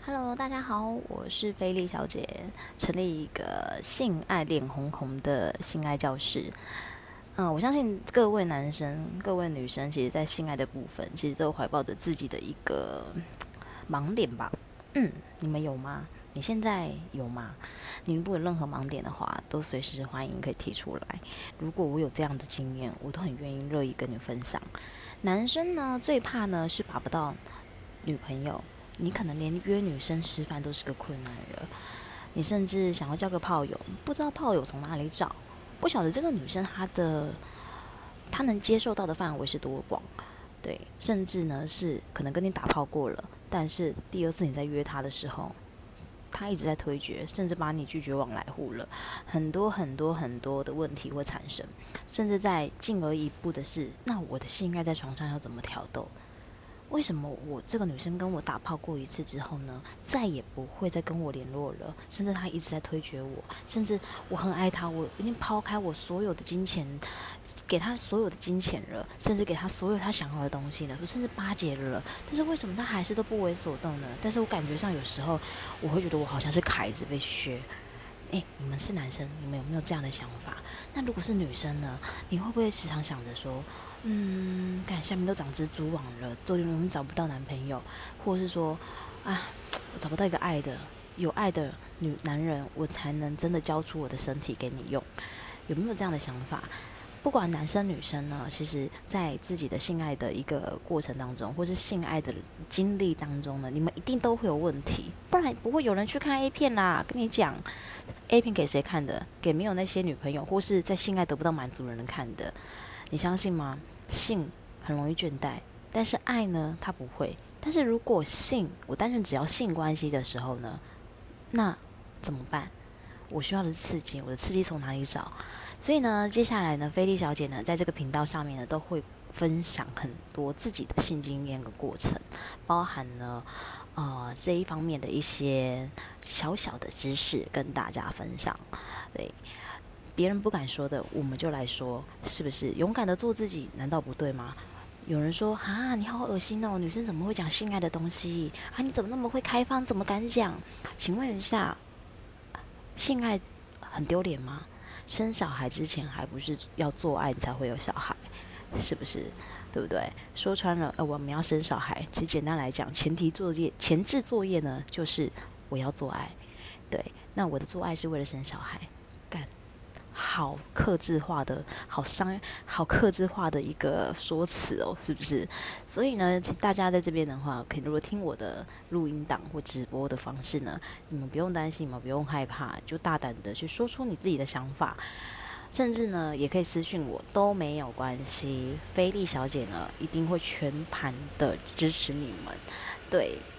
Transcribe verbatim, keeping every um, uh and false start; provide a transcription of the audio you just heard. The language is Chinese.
Hello，大家好，我是菲利小姐，成立一个性爱脸红红的性爱教室。嗯，我相信各位男生、各位女生，其实在性爱的部分，其实都怀抱着自己的一个盲点吧。嗯，你们有吗？你现在有吗？你如果有任何盲点的话，都随时欢迎可以提出来。如果我有这样的经验，我都很愿意乐意跟你分享。男生呢，最怕呢是把不到女朋友，你可能连约女生吃饭都是个困难了。你甚至想要交个炮友，不知道炮友从哪里找，不晓得这个女生她的她能接受到的范围是多广。对，甚至呢是可能跟你打炮过了，但是第二次你在约她的时候，她一直在推决，甚至把你拒绝往来户了。很多很多很多的问题会产生，甚至在进而一步的是，那我的性爱在床上要怎么挑逗？为什么我这个女生跟我打炮过一次之后呢，再也不会再跟我联络了？甚至她一直在推决我，甚至我很爱她，我已经抛开我所有的金钱，给她所有的金钱了，甚至给她所有她想要的东西了，甚至巴结了。但是为什么她还是都不为所动呢？但是我感觉上有时候我会觉得我好像是凯子被削。哎，你们是男生，你们有没有这样的想法？那如果是女生呢？你会不会时常想着说，嗯，看下面都长蜘蛛网了，周围永远找不到男朋友，或者是说，啊，我找不到一个爱的、有爱的女男人，我才能真的交出我的身体给你用？有没有这样的想法？不管男生女生呢，其实在自己的性爱的一个过程当中，或是性爱的经历当中呢，你们一定都会有问题，不然不会有人去看 A 片啦。跟你讲，A 片给谁看的？给没有那些女朋友，或是在性爱得不到满足的人看的。你相信吗？性很容易倦怠，但是爱呢，它不会。但是如果性，我单纯只要性关系的时候呢，那怎么办？我需要的是刺激，我的刺激从哪里找？所以呢，接下来呢，菲利小姐呢，在这个频道上面呢，都会分享很多自己的性经验的过程，包含呢，呃，这一方面的一些小小的知识跟大家分享。对，别人不敢说的，我们就来说，是不是？勇敢的做自己，难道不对吗？有人说啊，你好恶心哦，女生怎么会讲性爱的东西啊？你怎么那么会开放？怎么敢讲？请问一下，性爱很丢脸吗？生小孩之前还不是要做爱才会有小孩，是不是？对不对？说穿了，呃，我们要生小孩，其实简单来讲，前提作业、前置作业呢，就是我要做爱。对，那我的做爱是为了生小孩，干好克制化的、好商、好克制化的一个说辞哦，是不是？所以呢，大家在这边的话，可以如果听我的录音档或直播的方式呢，你们不用担心，你们不用害怕，就大胆的去说出你自己的想法，甚至呢，也可以私讯我，都没有关系。菲利小姐呢，一定会全盘的支持你们。对，